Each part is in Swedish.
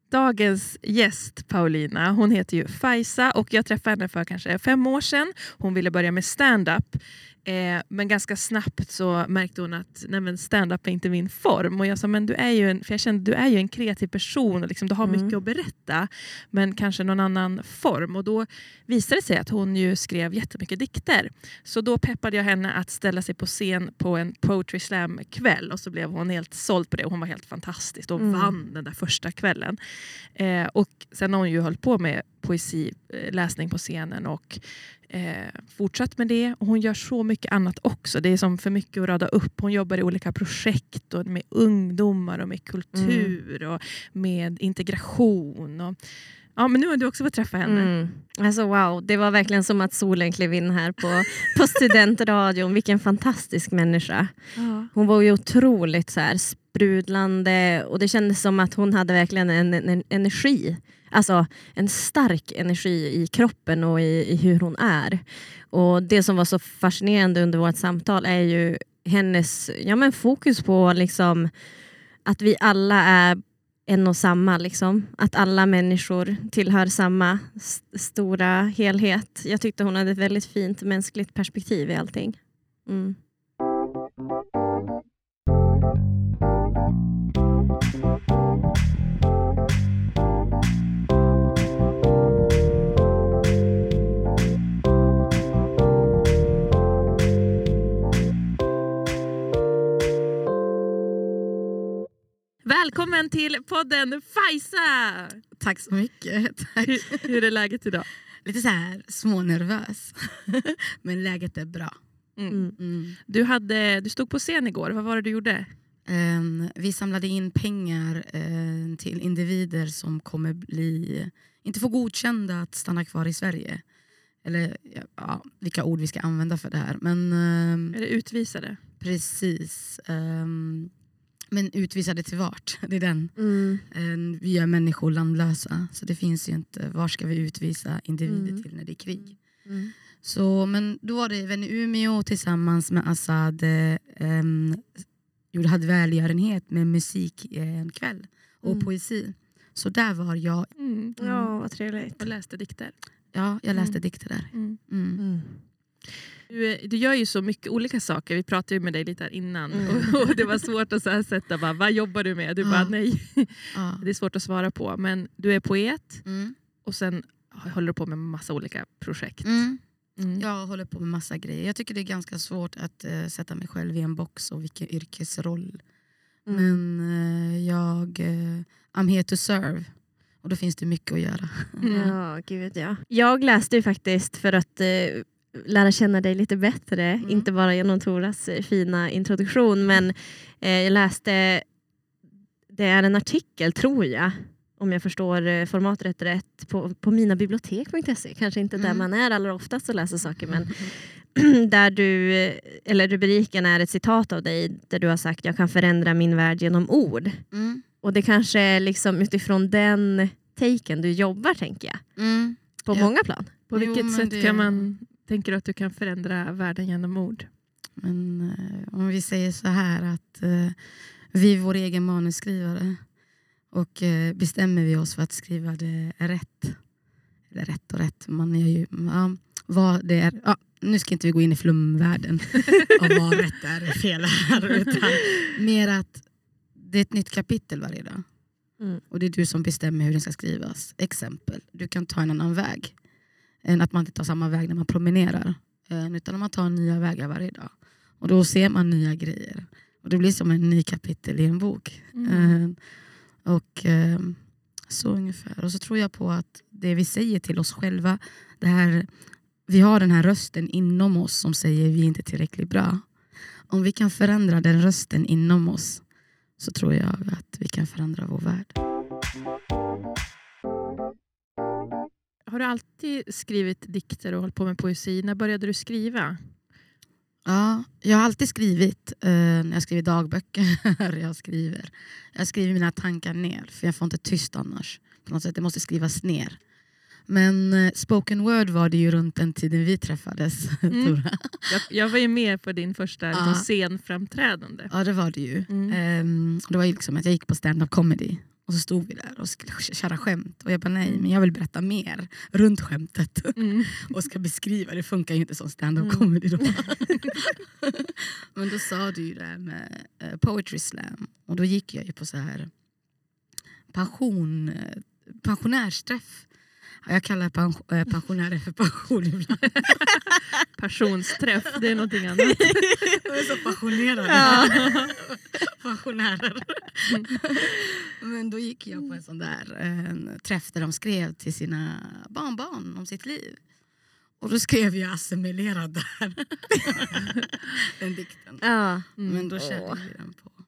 Dagens gäst Paulina, hon heter ju Faiza och jag träffade henne för kanske 5 år sedan. Hon ville börja med stand-up. Men ganska snabbt så märkte hon att stand-up är inte min form. Och jag sa, men du är ju för jag kände du är ju en kreativ person och liksom, du har mycket att berätta. Men kanske någon annan form. Och då visade det sig att hon ju skrev jättemycket dikter. Så då peppade jag henne att ställa sig på scen på en Poetry Slam-kväll. Och så blev hon helt såld på det. Och hon var helt fantastisk och vann den där första kvällen. Och sen har hon ju hållit på med poesiläsning på scenen och fortsatt med det. Och hon gör så mycket annat också. Det är som för mycket att rada upp. Hon jobbar i olika projekt och med ungdomar och med kultur och med integration. Och, ja, men nu har du också fått träffa henne. Alltså wow, det var verkligen som att solen klev in här på studentradion. Vilken fantastisk människa. Hon var ju otroligt så här sprudlande och det kändes som att hon hade verkligen en energi. Alltså en stark energi i kroppen och i hur hon är. Och det som var så fascinerande under vårt samtal är ju hennes fokus på liksom att vi alla är en och samma. Liksom. Att alla människor tillhör samma stora helhet. Jag tyckte hon hade ett väldigt fint mänskligt perspektiv i allting. Välkommen till podden Faiza! Tack så mycket. Tack. Hur är läget idag? Lite så här smånervös. Men läget är bra. Du stod på scen igår. Vad var det du gjorde? Vi samlade in pengar till individer som kommer inte få godkända att stanna kvar i Sverige. Eller vilka ord vi ska använda för det här. Men, är det utvisade? Precis. Men utvisade till vart? Det är den. Vi är människor landlösa. Så det finns ju inte. Var ska vi utvisa individer till när det är krig? Så, men då var det även i Umeå tillsammans med Assad. Hade välgörenhet med musik en kväll. Och poesi. Så där var jag. Ja, vad trevligt. Och läste dikter. Ja, jag läste dikter där. Du gör ju så mycket olika saker. Vi pratade ju med dig lite här innan. Och det var svårt att så här sätta, vad jobbar du med? Du bara nej. Det är svårt att svara på. Men du är poet. Och sen håller du på med massa olika projekt. Jag håller på med massa grejer. Jag tycker det är ganska svårt att sätta mig själv i en box och vilken yrkesroll. Men I'm here to serve. Och då finns det mycket att göra. Ja, gud ja. Jag läste ju faktiskt för att lära känna dig lite bättre. Inte bara genom Toras fina introduktion. Men jag läste, det är en artikel tror jag. Om jag förstår formatet rätt. På minabibliotek.se. Kanske inte där man är allra oftast och läser saker. Men där eller rubriken är ett citat av dig. Där du har sagt, jag kan förändra min värld genom ord. Och det kanske är liksom utifrån den taken du jobbar, tänker jag. På många plan. På vilket sätt tänker du att du kan förändra världen genom ord? Men om vi säger så här att vi är vår egen manusskrivare. Och bestämmer vi oss för att skriva det rätt. Eller rätt och rätt. Man är ju, vad det är. Nu ska inte vi gå in i flumvärlden. Och vad rätt är fel här. Utan mer att det är ett nytt kapitel varje dag. Och det är du som bestämmer hur den ska skrivas. Exempel. Du kan ta en annan väg. Än att man inte tar samma väg när man promenerar. Utan man tar nya vägar varje dag. Och då ser man nya grejer. Och det blir som en ny kapitel i en bok. Och så ungefär. Och så tror jag på att det vi säger till oss själva. Vi har den här rösten inom oss som säger vi är inte tillräckligt bra. Om vi kan förändra den rösten inom oss. Så tror jag att vi kan förändra vår värld. Har du alltid skrivit dikter och hållit på med poesi? När började du skriva? Ja, jag har alltid skrivit. Jag skriver dagböcker. Jag skriver mina tankar ner. För jag får inte tyst annars. På något sätt, det måste skrivas ner. Men spoken word var det ju runt den tiden vi träffades. Jag var ju med på din första scenframträdande. Ja, det var det ju. Det var ju liksom att jag gick på stand-up comedy. Och så stod vi där och skulle köra skämt. Och jag bara nej, men jag vill berätta mer runt skämtet. Och ska beskriva, det funkar ju inte som stand-up comedy då. Men då sa du ju det här med poetry slam. Och då gick jag ju på så här pensionärsträff. Jag kallar pensionärer för pension ibland. Passionsträff, det är någonting annat. Jag är så passionerad. Ja. Pensionärer. Men då gick jag på en sån där träff där de skrev till sina barnbarn om sitt liv. Och då skrev jag assimilerad där. Den dikten. Ja. Men då körde vi den på.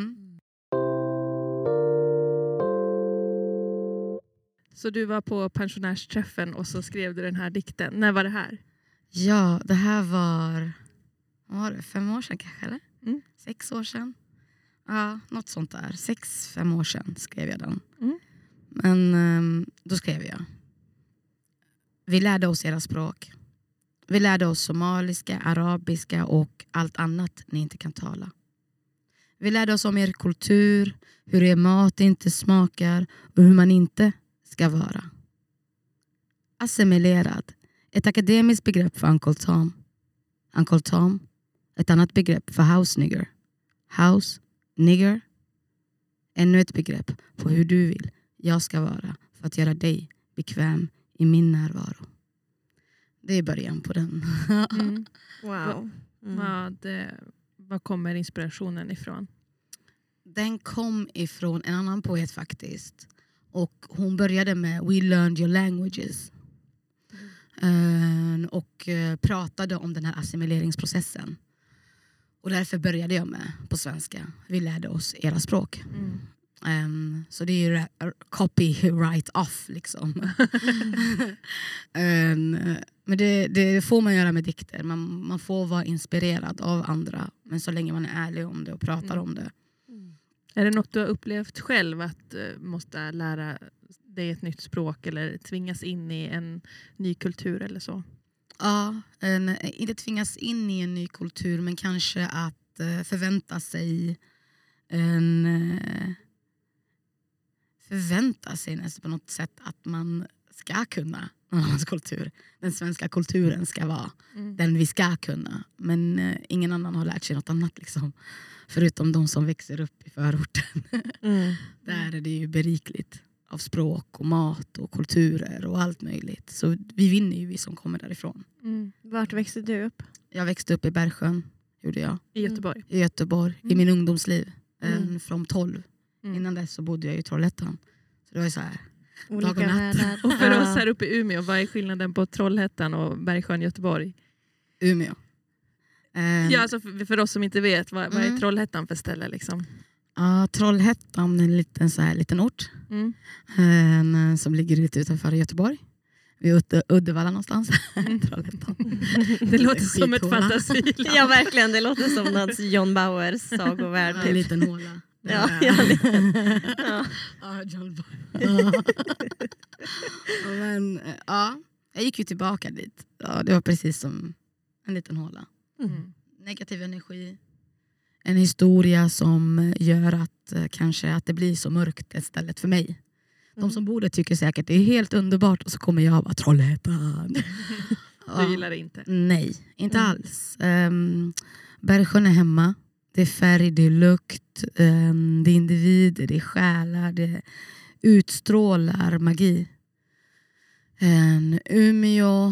Så du var på pensionärsträffen och så skrev du den här dikten. När var det här? Ja, det här var 5 år sedan kanske, eller? 6 år sedan. Ja, något sånt där. 6-5 år sedan skrev jag den. Men då skrev jag. Vi lärde oss era språk. Vi lärde oss somaliska, arabiska och allt annat ni inte kan tala. Vi lärde oss om er kultur, hur er mat inte smakar och hur man inte ska vara. Assimilerad. Ett akademiskt begrepp för Uncle Tom. Uncle Tom. Ett annat begrepp för house nigger. House nigger. Ännu ett begrepp på hur du vill jag ska vara för att göra dig bekväm i min närvaro. Det är början på den. Wow. Vad kommer inspirationen ifrån? Den kom ifrån en annan poet faktiskt. Och hon började med We learned your languages. Och pratade om den här assimileringsprocessen. Och därför började jag med på svenska. Vi lärde oss era språk. Så det är ju copyright off liksom. Men det får man göra med dikter. Man får vara inspirerad av andra. Men så länge man är ärlig om det och pratar om det. Är det något du har upplevt själv att måste lära dig ett nytt språk eller tvingas in i en ny kultur eller så? Ja, inte tvingas in i en ny kultur men kanske att förvänta sig nästan på något sätt att man ska kunna någon annans kultur. Den svenska kulturen ska vara den vi ska kunna. Men ingen annan har lärt sig något annat liksom. Förutom de som växer upp i förorten. Där är det ju berikligt av språk och mat och kulturer och allt möjligt. Så vi vinner ju, vi som kommer därifrån. Vart växte du upp? Jag växte upp i Bergsjön, gjorde jag. I Göteborg? I Göteborg, i min ungdomsliv. Från 12. Innan dess så bodde jag i Trollhättan. Så det var ju så här. Olika världar. Och för oss här uppe i Umeå, vad är skillnaden på Trollhättan och Bergsjön, Göteborg? Umeå. Ja, alltså för oss som inte vet, vad är Trollhättan för ställe liksom? Ja, Trollhättan är en liten ort. Som ligger lite utanför Göteborg. Vid Uddevalla någonstans. Trollhättan. Det låter som ett fantasiland. Ja, verkligen. Det låter som något John Bauers sagovärld. En liten håla. Ja, John Bauer. Men jag gick ju tillbaka dit. Ja, det var precis som en liten håla. Negativ energi. En historia som gör att kanske att det blir så mörkt istället för mig. De som bor där tycker säkert det är helt underbart och så kommer jag bara Trollhättan. Du gillar det inte? Nej, inte alls. Bergsjön är hemma. Det är färg, det är lukt, det är individer, det är själar, det utstrålar magi. Umeå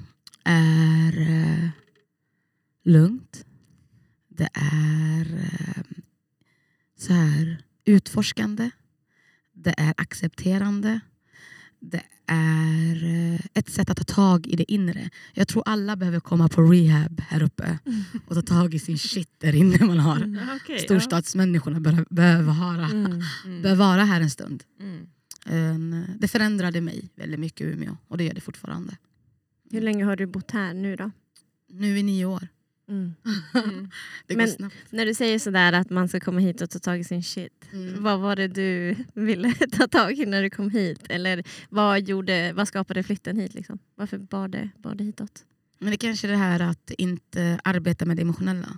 är lugnt. Det är så här utforskande. Det är accepterande. Det är ett sätt att ta tag i det inre. Jag tror alla behöver komma på rehab här uppe och ta tag i sin shit där inne man har. Storstadsmänniskorna behöver vara här en stund. Det förändrade mig väldigt mycket i Umeå och det gör det fortfarande. Hur länge har du bott här nu då? Nu är 9 år. Det går snabbt. När du säger sådär att man ska komma hit och ta tag i sin shit, vad var det du ville ta tag i när du kom hit? Eller vad skapade flytten hit? Liksom? Varför bar det hitåt? Men det kanske är det här att inte arbeta med det emotionella.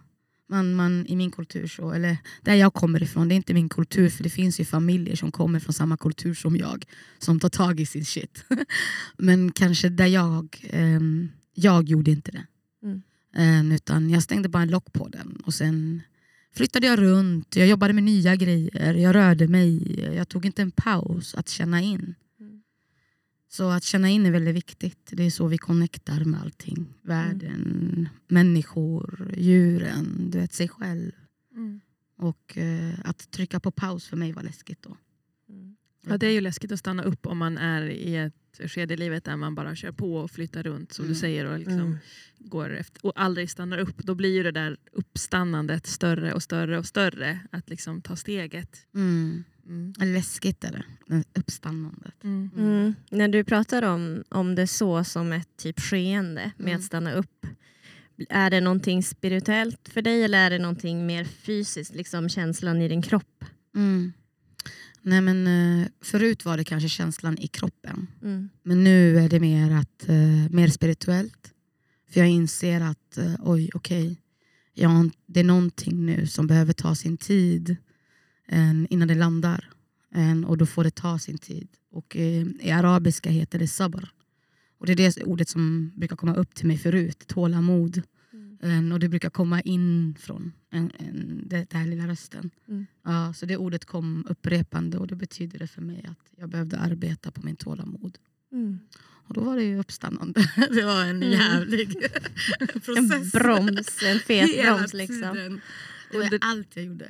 Man i min kultur så, eller där jag kommer ifrån, det är inte min kultur, för det finns ju familjer som kommer från samma kultur som jag, som tar tag i sin shit. Men kanske där jag gjorde inte det. Utan jag stängde bara en lock på den och sen flyttade jag runt, jag jobbade med nya grejer, jag rörde mig, jag tog inte en paus att känna in. Så att känna in är väldigt viktigt. Det är så vi connectar med allting. Världen, människor, djuren, du vet, sig själv. Och att trycka på paus för mig var läskigt då. Ja, det är ju läskigt att stanna upp om man är i ett skede i livet där man bara kör på och flyttar runt som du säger och liksom går efter, och aldrig stannar upp. Då blir ju det där uppstannandet större och större och större att liksom ta steget. Läskigt är det, uppstannandet. När du pratar om det så som ett typ skeende med att stanna upp, är det någonting spirituellt för dig eller är det någonting mer fysiskt, liksom känslan i din kropp? Nej, men förut var det kanske känslan i kroppen. Men nu är det mer spirituellt. För jag inser att det är någonting nu som behöver ta sin tid innan det landar. Och då får det ta sin tid. Och i arabiska heter det sabr. Och det är det ordet som brukar komma upp till mig förut. Tålamod. Och det brukar komma in från det här lilla rösten. Ja, så det ordet kom upprepande. Och det betyder det för mig att jag behövde arbeta på min tålamod. Och då var det ju uppstannande. Det var en jävlig process. En fet broms liksom. Det var allt jag gjorde.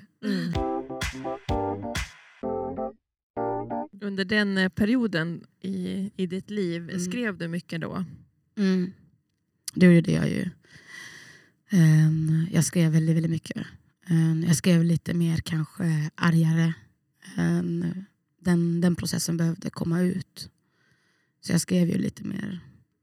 Under den perioden i ditt liv, skrev du mycket då? Det gjorde jag ju. Jag skrev väldigt, väldigt mycket. Jag skrev lite mer kanske argare. Den processen behövde komma ut. Så jag skrev ju lite mer.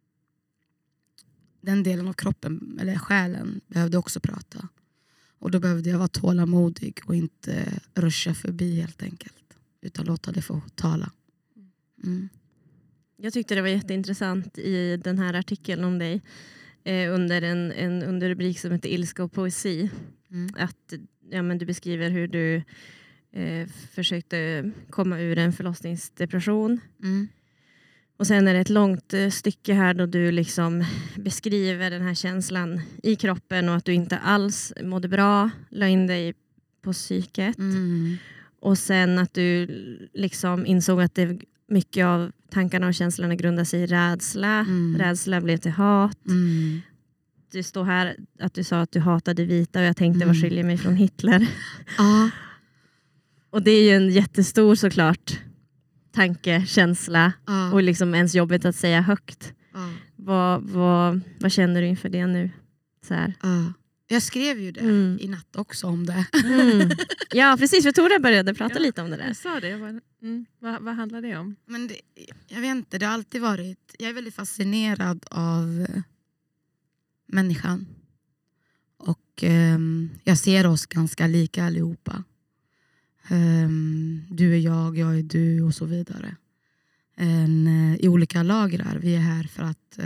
Den delen av kroppen, eller själen, behövde också prata. Och då behövde jag vara tålamodig och inte ruscha förbi helt enkelt. Utan låta det få tala. Jag tyckte det var jätteintressant i den här artikeln om dig. Under en underrubrik som heter Ilska och poesi. Att du beskriver hur du försökte komma ur en förlossningsdepression. Och sen är det ett långt stycke här då du liksom beskriver den här känslan i kroppen och att du inte alls mådde bra, la in dig på psyket. Och sen att du liksom insåg att det mycket av tankarna och känslorna grundar sig i rädsla. Rädsla blev till hat. Du står här att du sa att du hatade vita och jag tänkte vad skiljer mig från Hitler. Och det är ju en jättestor såklart tanke, känsla och liksom ens jobbigt att säga högt. Vad känner du inför det nu? Så här. Jag skrev ju det i natt också om det. Ja, precis. För Tora började prata lite om det där. Jag sa det. Vad handlar det om? Men jag vet inte, det har alltid varit... Jag är väldigt fascinerad av människan. Och jag ser oss ganska lika allihopa. Du är jag är du och så vidare. I olika lagrar. Vi är här för att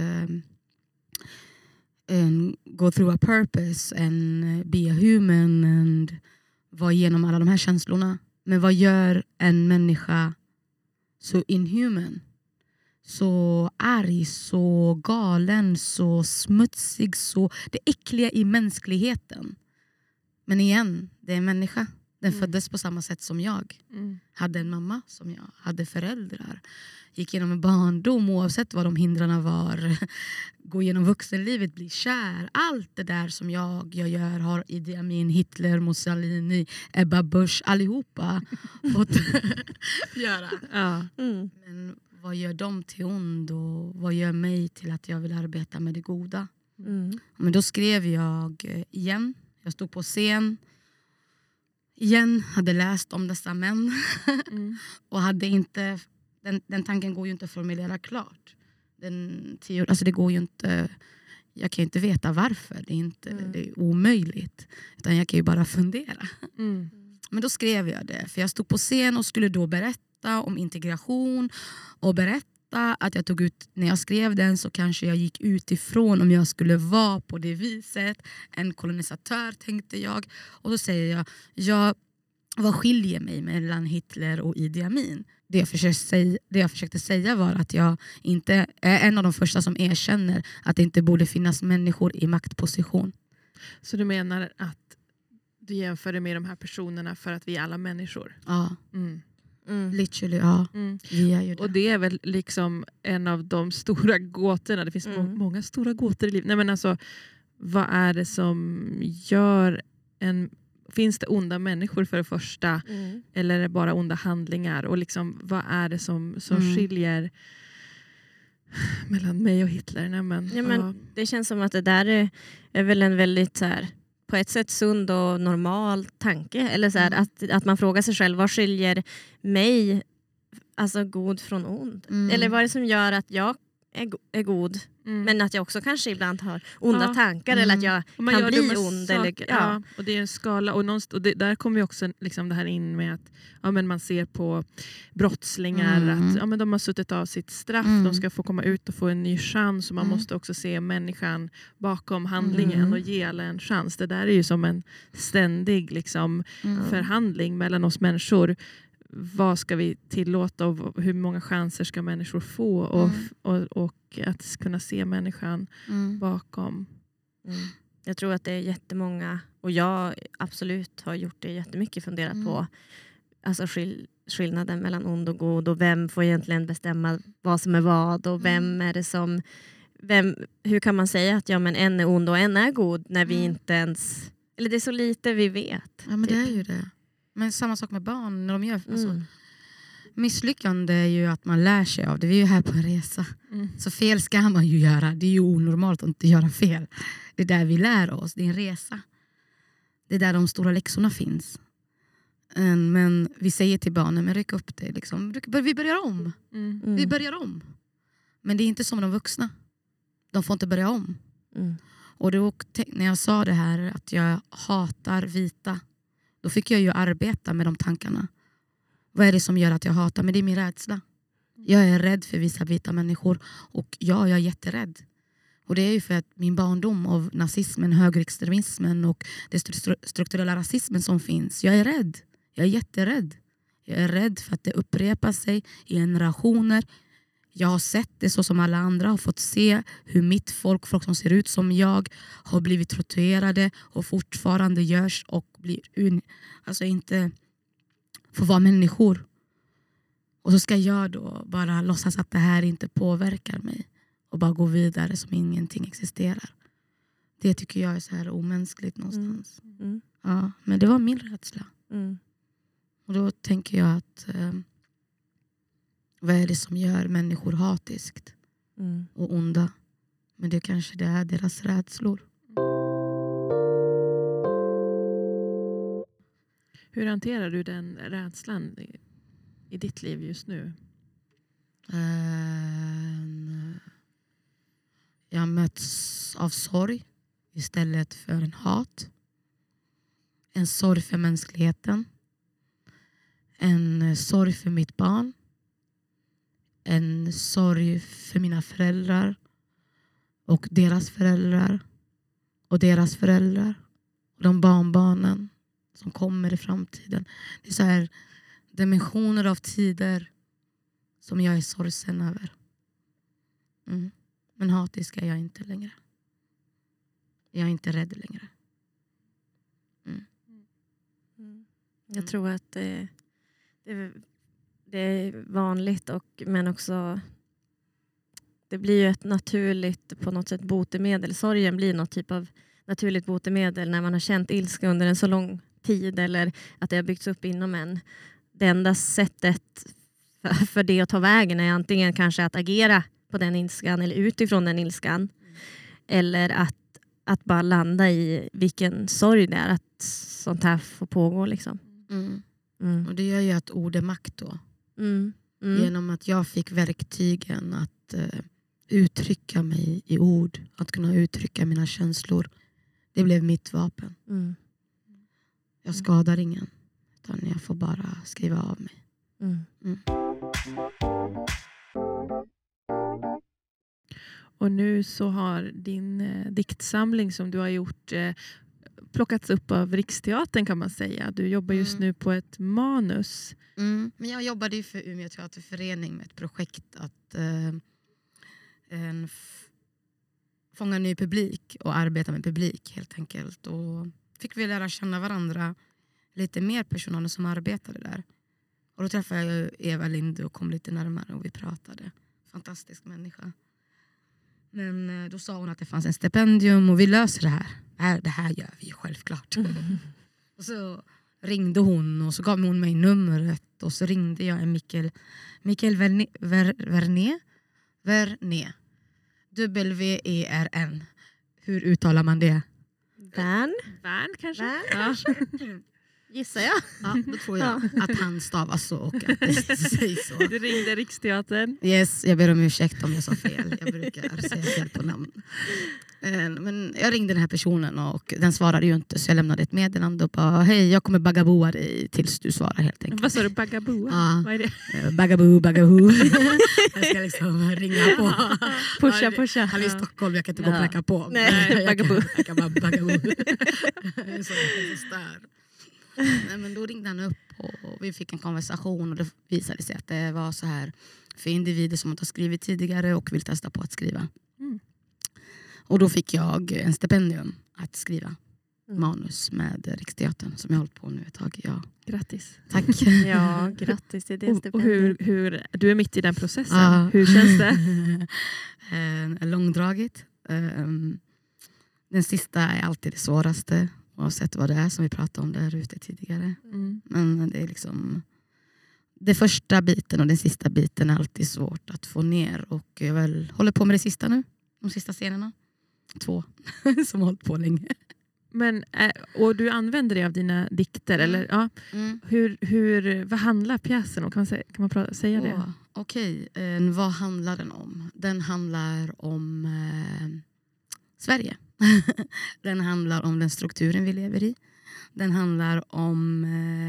go through a purpose and be a human and vara igenom alla de här känslorna. Men vad gör en människa så inhuman? Så arg, så galen, så smutsig, så det äckliga i mänskligheten. Men igen, det är en människa. Den föddes på samma sätt som jag. Hade en mamma som jag. Hade föräldrar. Gick genom en barndom oavsett vad de hindrarna var. Gå igenom vuxenlivet, bli kär. Allt det där som jag gör har Idi Amin, Hitler, Mussolini, Ebba Busch, allihopa fått göra. Men vad gör de till ond och vad gör mig till att jag vill arbeta med det goda? Men då skrev jag igen. Jag stod på scen. Igen hade läst om dessa män. Och hade inte... Den tanken går ju inte att formulera klart. Alltså det går ju inte... Jag kan ju inte veta varför. Det är omöjligt. Utan jag kan ju bara fundera. Men då skrev jag det. För jag stod på scen och skulle då berätta om integration. Och berätta fatta att jag tog ut, när jag skrev den så kanske jag gick utifrån om jag skulle vara på det viset. En kolonisatör tänkte jag. Och då säger jag vad skiljer mig mellan Hitler och Idi Amin? Det jag försökte säga var att jag inte är en av de första som erkänner att det inte borde finnas människor i maktposition. Så du menar att du jämför det med de här personerna för att vi är alla människor? Ja. Mm. Literally, ja. Vi är ju det. Och det är väl liksom en av de stora gåtorna. Det finns många stora gåtor i livet. Nej, men alltså, vad är det som gör finns det onda människor för det första? Eller är det bara onda handlingar? Och liksom, vad är det som skiljer mellan mig och Hitler? Nej, men, det känns som att det där är väl en väldigt så här, på ett sätt sund och normal tanke. Eller så här, att man frågar sig själv, vad skiljer mig alltså god från ond? Eller vad är det som gör att jag är god men att jag också kanske ibland har onda tankar eller att jag kan bli ond. Eller, och det är en skala och där kommer ju också liksom det här in med att men man ser på brottslingar att men de har suttit av sitt straff, de ska få komma ut och få en ny chans och man måste också se människan bakom handlingen och ge alla en chans. Det där är ju som en ständig liksom, förhandling mellan oss människor. Vad ska vi tillåta och hur många chanser ska människor få och att kunna se människan bakom. Jag tror att det är jättemånga, och jag absolut har gjort det jättemycket, funderat på alltså skillnaden mellan ond och god och vem får egentligen bestämma vad som är vad och vem är det som hur kan man säga att men en är ond och en är god när vi inte ens, eller det är så lite vi vet. Ja, men det är ju det. Men samma sak med barn när de gör misslyckande är ju att man lär sig av det. Vi är ju här på en resa. Så fel ska man ju göra. Det är ju onormalt att inte göra fel. Det är där vi lär oss. Det är en resa. Det är där de stora läxorna finns. Men vi säger till barnen, men ryck upp det. Liksom. Vi börjar om. Vi börjar om. Men det är inte som de vuxna. De får inte börja om. Och då, när jag sa det här att jag hatar vita, då fick jag ju arbeta med de tankarna. Vad är det som gör att jag hatar? Men det är min rädsla. Jag är rädd för vissa vita människor. Och jag är jätterädd. Och det är ju för att min barndom av nazismen, högerextremismen och den strukturella rasismen som finns. Jag är rädd. Jag är jätterädd. Jag är rädd för att det upprepar sig i generationer. Jag har sett det så som alla andra har fått se hur mitt folk som ser ut som jag har blivit torterade och fortfarande görs och blir alltså inte får vara människor. Och så ska jag då bara låtsas att det här inte påverkar mig och bara gå vidare som ingenting existerar. Det tycker jag är så här omänskligt någonstans. Ja, men det var min rädsla. Och då tänker jag att vad är det som gör människor hatiskt och onda? Men det kanske det är deras rädslor. Hur hanterar du den rädslan i ditt liv just nu? Jag möts av sorg istället för en hat. En sorg för mänskligheten. En sorg för mitt barn. En sorg för mina föräldrar. Och deras föräldrar. Och deras föräldrar. Och de barnbarnen som kommer i framtiden. Det är så här dimensioner av tider som jag är sorgsen över. Men hatisk är jag inte längre. Jag är inte rädd längre. Jag tror att det är vanligt men också det blir ju ett naturligt på något sätt botemedel. Sorgen blir något typ av naturligt botemedel när man har känt ilska under en så lång tid eller att det har byggts upp inom en. Det enda sättet för det att ta vägen är antingen kanske att agera på den ilskan eller utifrån den ilskan. Eller att bara landa i vilken sorg det är att sånt här får pågå. Liksom. Och det gör ju att ord är makt då. Genom att jag fick verktygen att uttrycka mig i ord. Att kunna uttrycka mina känslor. Det blev mitt vapen. Jag skadar ingen. Utan jag får bara skriva av mig. Och nu så har din diktsamling som du har gjort plockats upp av Riksteatern kan man säga. Du jobbar just nu på ett manus. Men jag jobbade ju för Umeå teaterförening med ett projekt att fånga ny publik och arbeta med publik helt enkelt. Och fick vi lära känna varandra lite mer, personer som arbetade där. Och då träffade jag Eva Linde och kom lite närmare och vi pratade. Fantastisk människa. Men då sa hon att det fanns en stipendium och vi löser det här. Det här gör vi självklart. Och så ringde hon och så gav hon mig numret och så ringde jag en Mikael Verné. W-E-R-N. Hur uttalar man det? Värn kanske? Gissar jag. Ja, då tror jag att han stavas så och att det sägs så. Du ringde Riksteatern. Yes, jag ber om ursäkt om jag sa fel. Jag brukar säga fel på namn. Men jag ringde den här personen och den svarade ju inte så jag lämnade ett meddelande och bara hej, jag kommer bagaboa dig tills du svarar helt enkelt. Vad sa du, bagaboa? Ja. Vad är det? Bagaboo. Jag ska liksom ringa på. Pusha. Han är i Stockholm, jag kan inte gå och knacka på. Nej, bagaboo. Jag kan bara bagaboo. Så där. Nej, men då ringde han upp och vi fick en konversation och det visade sig att det var så här för individer som inte har skrivit tidigare och vill testa på att skriva. Och då fick jag en stipendium att skriva manus med Riksteatern som jag har hållit på nu ett tag. Ja. Grattis. Tack. Ja, grattis till det stipendiet. Och hur, du är mitt i den processen. Ja. Hur känns det? Långdraget. Den sista är alltid det svåraste. Oavsett vad det är som vi pratade om där ute tidigare. Men det är liksom det första biten och den sista biten är alltid svårt att få ner. Och jag håller på med det sista nu. De sista scenerna. 2 som har hållit på länge. Men, och du använder dig av dina dikter? Eller? Ja. Vad handlar pjäsen om? Kan man säga det? Okej. Vad handlar den om? Den handlar om Sverige. Den handlar om den strukturen vi lever i. Den handlar om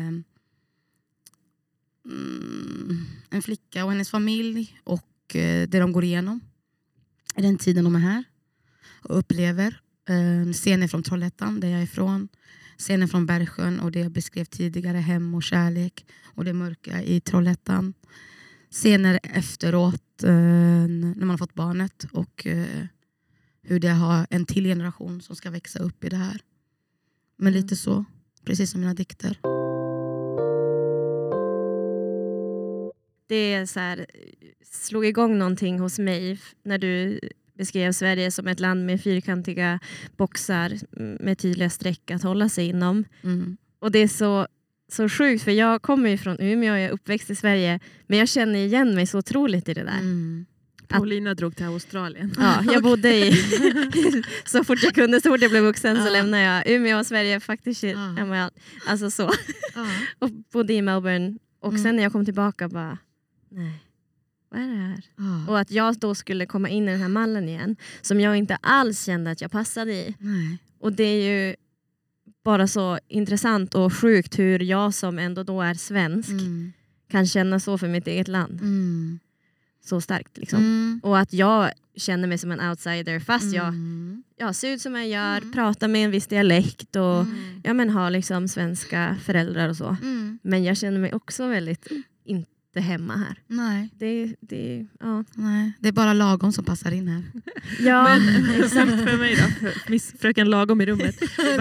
en flicka och hennes familj och det de går igenom i den tiden de är här och upplever. Scener från Trollhättan, där jag är ifrån. Scener från Bergsjön och det jag beskrev tidigare, hem och kärlek och det mörka i Trollhättan. Scener efteråt när man har fått barnet och hur det har en till generation som ska växa upp i det här. Men lite så, precis som mina dikter. Det är så här, slog igång någonting hos mig när du beskrev Sverige som ett land med fyrkantiga boxar med tydliga streck att hålla sig inom. Och det är så sjukt, för jag kommer ju från Umeå och jag är uppväxt i Sverige, men jag känner igen mig så otroligt i det där. Paulina drog till Australien. Ja, jag bodde i så fort jag blev vuxen så lämnade jag Umeå och Sverige faktiskt. Alltså så. Och bodde i Melbourne och sen när jag kom tillbaka bara nej. Vad är det här? Och att jag då skulle komma in i den här mallen igen som jag inte alls kände att jag passade i. Och det är ju bara så intressant och sjukt hur jag som ändå då är svensk kan känna så för mitt eget land. Så starkt liksom. Och att jag känner mig som en outsider fast jag ser ut som jag gör, pratar med en viss dialekt och har liksom svenska föräldrar och så. Men jag känner mig också väldigt inte hemma här. Nej. Nej. Det är bara lagom som passar in här. Ja, exakt för mig då. Miss fröken lagom i rummet.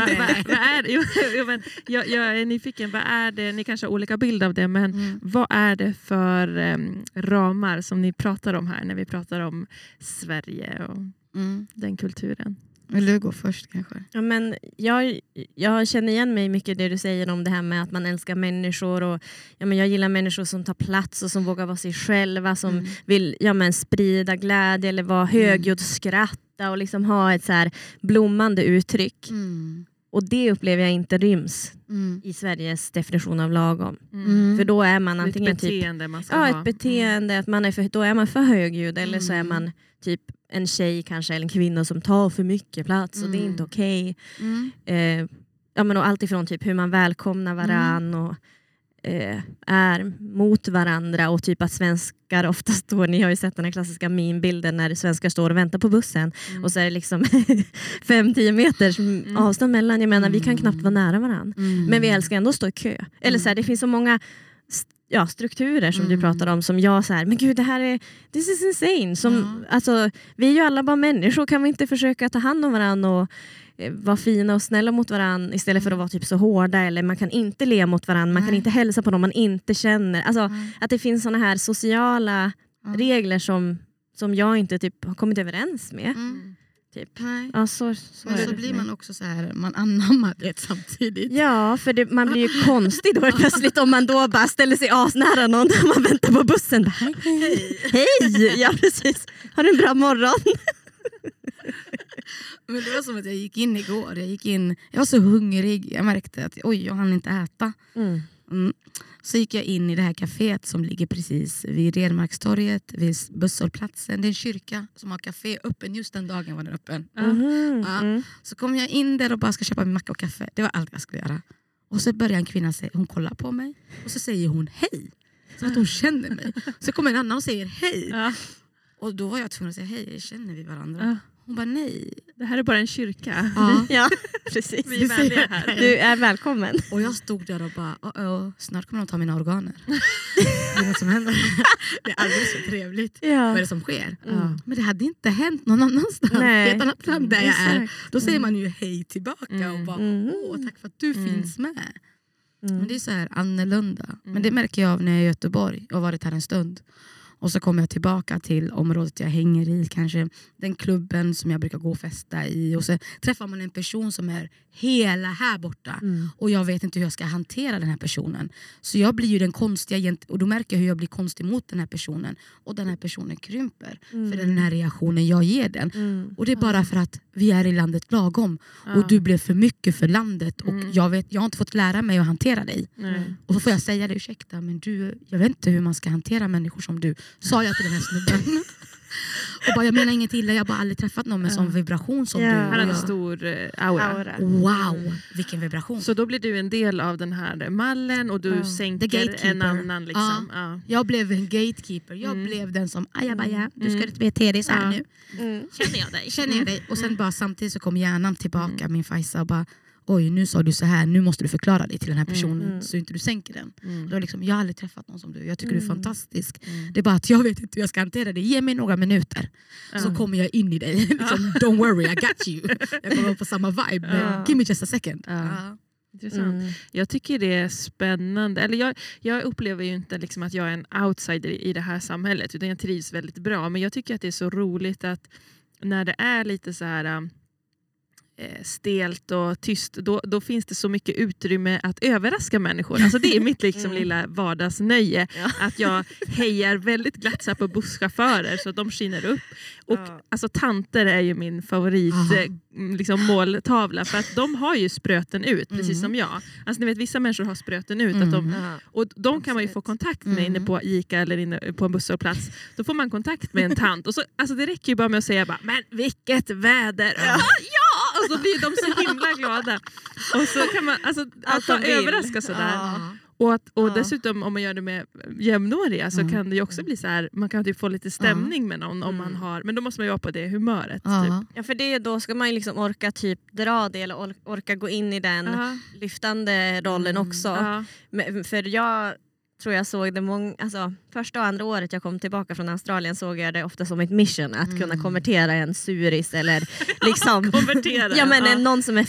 Jag är nyfiken. Vad är det? Ni kanske har olika bild av det, men vad är det för ramar som ni pratar om här när vi pratar om Sverige och den kulturen? Vill du gå först kanske? Ja, men jag känner igen mig mycket i det du säger om det här med att man älskar människor. Och, jag gillar människor som tar plats och som vågar vara sig själva. Som vill sprida glädje eller vara högljudd, skratta och liksom ha ett så här blommande uttryck. Och det upplever jag inte ryms i Sveriges definition av lagom. För då är man antingen ett beteende typ, man ska ha. Ett beteende, att man är då är man för högljudd eller så är man typ en tjej kanske eller en kvinna som tar för mycket plats och det är inte okej. Och allt ifrån typ hur man välkomnar varann och är mot varandra och typ att svenskar oftast står, ni har ju sett den här klassiska meme-bilden när svenskar står och väntar på bussen och så är det liksom 5-10 meters avstånd mellan. Jag menar, vi kan knappt vara nära varandra. Men vi älskar ändå att stå i kö. Eller så här, det finns så många strukturer som du pratar om som jag så här, men gud, det här är this is insane. Som, alltså, vi är ju alla bara människor, kan vi inte försöka ta hand om varandra och vara fina och snälla mot varandra istället för att vara typ så hårda, eller man kan inte le mot varandra, man kan inte hälsa på någon man inte känner. Alltså att det finns såna här sociala regler som jag inte typ har kommit överens med. Typ. Ja, så men så blir man också så här, man anammar det samtidigt. Ja, för man blir ju konstig då plötsligt om man då bara ställer sig asnära någon när man väntar på bussen. Hej! Ja, precis. Har du en bra morgon? Men det var som att jag gick in igår. Jag var så hungrig. Jag märkte att jag hann inte äta. Så gick jag in i det här kaféet som ligger precis vid Redmarkstorget, vid busshållplatsen. Det är en kyrka som har kafé öppen. Just den dagen var den öppen. Så kom jag in där och bara ska köpa min macka och kaffe. Det var allt jag skulle göra. Och så börjar en kvinna säga, hon kollar på mig. Och så säger hon hej. Så att hon känner mig. Så kommer en annan och säger hej. Och då var jag tvungen att säga hej, känner vi varandra? Hon bara nej. Det här är bara en kyrka. Ja, precis. Vi är vänliga här. Du är välkommen. Och jag stod där och bara, snart kommer de ta mina organer. Det är något som händer. Det är alldeles så trevligt. Vad är det som sker? Men det hade inte hänt någon annanstans. Nej. Ett annat land där jag är. Då säger man ju hej tillbaka och bara, tack för att du finns med. Men det är så här annorlunda. Men det märker jag av när jag är i Göteborg och har varit här en stund. Och så kommer jag tillbaka till området jag hänger i. Kanske den klubben som jag brukar gå och festa i. Och så träffar man en person som är hela här borta. Och jag vet inte hur jag ska hantera den här personen. Så jag blir ju den konstiga. Och då märker jag hur jag blir konstig mot den här personen. Och den här personen krymper. För den här reaktionen jag ger den. Och det är bara för att vi är i landet lagom. Och du blev för mycket för landet. Och jag har inte fått lära mig att hantera dig. Och så får jag säga det, ursäkta. Men jag vet inte hur man ska hantera människor som du. Sa jag till den här snubben. Och bara, jag menar inget illa, jag har bara aldrig träffat någon med sån vibration som du. Han har en stor aura. Wow, vilken vibration. Så då blir du en del av den här mallen och du sänker en annan. Liksom. Jag blev en gatekeeper. Jag blev den som, ajabaja, du ska inte bete dig så här nu. Känner jag dig. Och sen bara samtidigt så kom hjärnan tillbaka, min Fajsa, och bara, oj, nu sa du så här, nu måste du förklara dig till den här personen så inte du sänker den. Det var liksom, jag har aldrig träffat någon som du, jag tycker du är fantastisk. Det är bara att jag vet inte hur jag ska hantera det. Ge mig några minuter så kommer jag in i dig. Liksom, don't worry, I got you. Jag kommer på samma vibe. Give me just a second. Intressant. Jag tycker det är spännande. Eller jag upplever ju inte liksom att jag är en outsider i det här samhället, utan jag trivs väldigt bra. Men jag tycker att det är så roligt att när det är lite så här stelt och tyst, då finns det så mycket utrymme att överraska människor. Alltså det är mitt liksom lilla vardagsnöje. Att jag hejar väldigt glatt så här på busschaufförer så att de skiner upp. Och alltså tanter är ju min favorit liksom måltavla, för att de har ju spröten ut precis som jag. Alltså ni vet, vissa människor har spröten ut att och de kan man ju få kontakt med inne på Ica eller inne på en busshållplats. Då får man kontakt med en tant och så, alltså det räcker ju bara med att säga bara, men vilket väder! Och så blir de så himla glada. Och så kan man att överraska sådär. Och dessutom om man gör det med jämnåriga så kan det ju också bli så här, man kan typ få lite stämning med någon om man har, men då måste man ju vara på det humöret typ. Ja, för det då ska man ju liksom orka typ dra det eller orka gå in i den lyftande rollen också. Men, för jag tror jag såg det första och andra året jag kom tillbaka från Australien såg jag det ofta som ett mission att kunna konvertera en suris eller liksom någon som är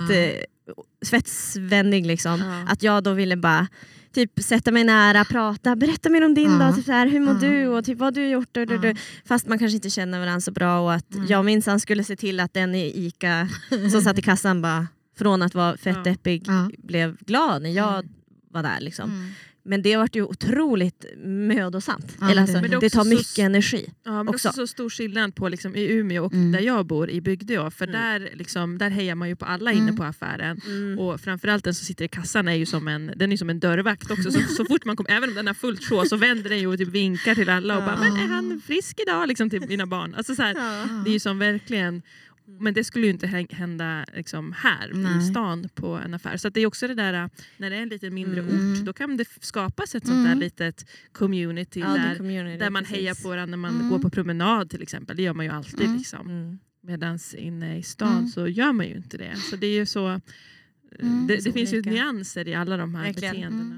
fett svännig liksom. Att jag då ville bara typ sätta mig nära, prata, berätta mer om din dag, typ så här, hur mår du och typ vad du har gjort fast man kanske inte känner varandra så bra, och att jag minns han skulle se till att den i Ica som satt i kassan bara från att vara fett deppig blev glad när jag var där liksom. Men det har varit ju otroligt mödosamt. Det tar mycket energi. Ja, men också så stor skillnad på liksom, i Umeå och där jag bor i Bygdeå. För där hejar man ju på alla inne på affären. Och framförallt den som sitter i kassan är ju som en dörrvakt också. Så fort man kommer, även om den har fullt sjå, så vänder den ju och typ vinkar till alla och bara, men är han frisk idag? Liksom till mina barn. Alltså, så här, det är ju som verkligen. Men det skulle ju inte hända liksom här Nej. i stan på en affär. Så att det är också det där, när det är en lite mindre ort, då kan det skapas ett sånt där litet community, där man hejar på varandra när man går på promenad till exempel. Det gör man ju alltid liksom. Medans inne i stan så gör man ju inte det. Så det är ju så, det finns ju nyanser i alla de här beteendena.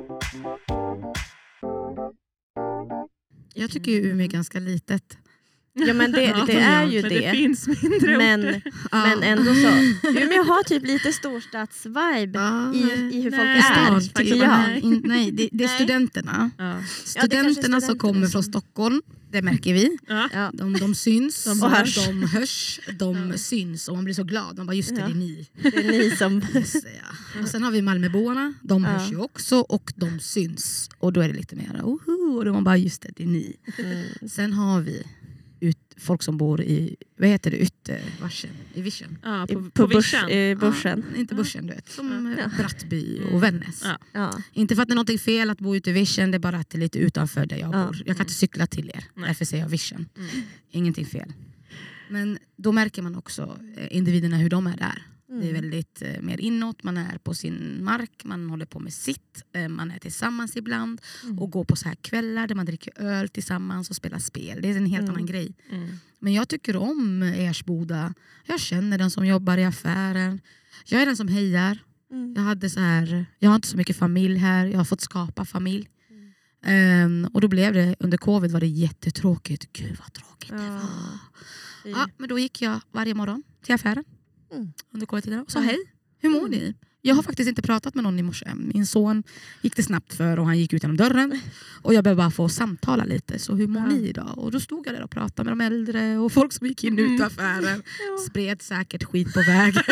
Jag tycker ju Umeå är ganska litet. Ja, men det är ju men det. det finns mindre orter. Men ändå så. Umeå har typ lite storstadsvibe i hur folk är. Tycker jag. Nej, det är studenterna. Ja. Studenterna som kommer från Stockholm, det märker vi. Ja. De syns, De hörs. de syns och man blir så glad. Man bara, just det, det är ni. Det är ni som... Just det, ja. Och sen har vi Malmöborna, de hörs ju också och de syns. Och då är det lite mer, och då man bara, just det är ni. Sen har vi folk som bor i, vad heter det, i Vision. Ja, på Vision. Börsen. Ja, inte Börsen, du vet. Som Brattby och Vännäs. Ja. Inte för att det är något fel att bo ute i Vision, det är bara att det är lite utanför där jag bor. Jag kan inte cykla till er, därför säger jag Vision. Ingenting fel. Men då märker man också individerna hur de är där. Det är väldigt mer inåt, man är på sin mark, man håller på med sitt, man är tillsammans ibland och går på så här kvällar där man dricker öl tillsammans och spelar spel. Det är en helt annan grej. Men jag tycker om Ersboda. Jag känner den som jobbar i affären. Jag är den som hejar. Jag har inte så mycket familj här, jag har fått skapa familj. Och då blev det, under covid var det jättetråkigt. Gud vad tråkigt det var. Ja, men då gick jag varje morgon till affären under covid-tiden och sa hej, hur mår ni? Jag har faktiskt inte pratat med någon i morse. Min son gick det snabbt för och han gick ut genom dörren. Och jag behöver bara få samtala lite. Så hur mår ni idag? Och då stod jag där och pratade med de äldre och folk som gick in ut i affären. Spred säkert skit på vägen.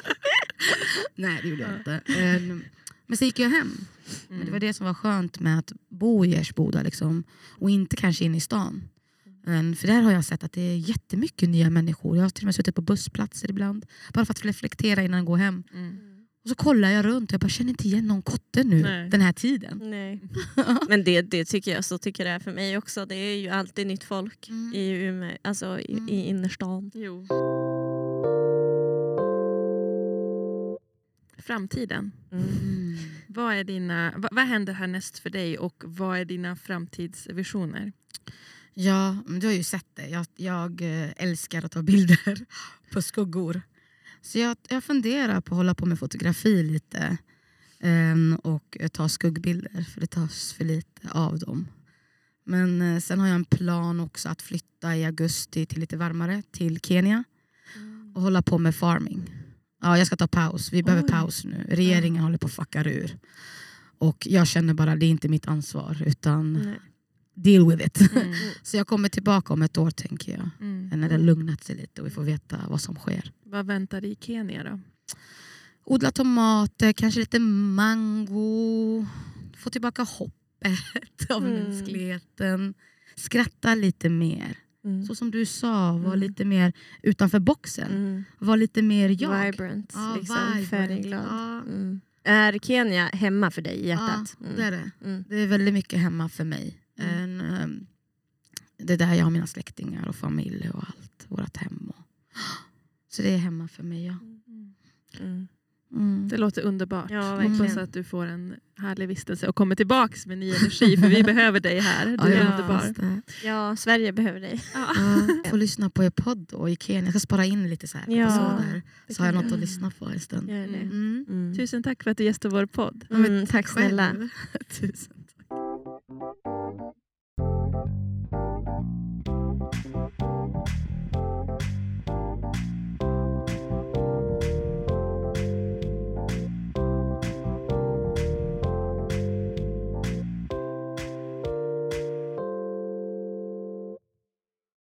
Nej, det gjorde jag inte. Men så gick jag hem. Men det var det som var skönt med att bo i Ersboda liksom, och inte kanske in i stan. För där har jag sett att det är jättemycket nya människor. Jag har till och med suttit på bussplatser ibland. Bara för att reflektera innan jag går hem. Och så kollar jag runt och jag bara känner inte igen någon kotte nu den här tiden. Nej. Men det tycker jag, så tycker det är för mig också. Det är ju alltid nytt folk i Umeå, alltså i innerstan. Jo. Framtiden. Vad händer härnäst för dig och vad är dina framtidsvisioner? Ja, du har ju sett det. Jag älskar att ta bilder på skuggor. Så jag funderar på att hålla på med fotografi lite. Och ta skuggbilder. För det tas för lite av dem. Men sen har jag en plan också att flytta i augusti till lite varmare. Till Kenya. Och hålla på med farming. Ja, jag ska ta paus. Vi behöver paus nu. Regeringen håller på att fucka ur. Och jag känner bara att det är inte mitt ansvar. Utan... deal with it. Så jag kommer tillbaka om ett år, tänker jag. När det har lugnat sig lite och vi får veta vad som sker. Vad väntar i Kenya då? Odla tomater, kanske lite mango. Få tillbaka hoppet av mänskligheten. Skratta lite mer. Så som du sa, var lite mer utanför boxen. Var lite mer jag. Vibrant, liksom. Färgglad. Ja. Är Kenya hemma för dig i hjärtat? Ja, det är det. Det är väldigt mycket hemma för mig. Det är där jag har mina släktingar och familj och allt. Vårat hem. Så det är hemma för mig, ja. Det låter underbart. Ja, hoppas att du får en härlig vistelse och kommer tillbaks med ny energi. För vi behöver dig här. Du är underbar. Ja, Sverige behöver dig. Får lyssna på er podd och i Kenya. Jag ska spara in lite så här. Så har jag något att lyssna på en stund. Tusen tack för att du gästade vår podd. Tack snälla. Tusen tack.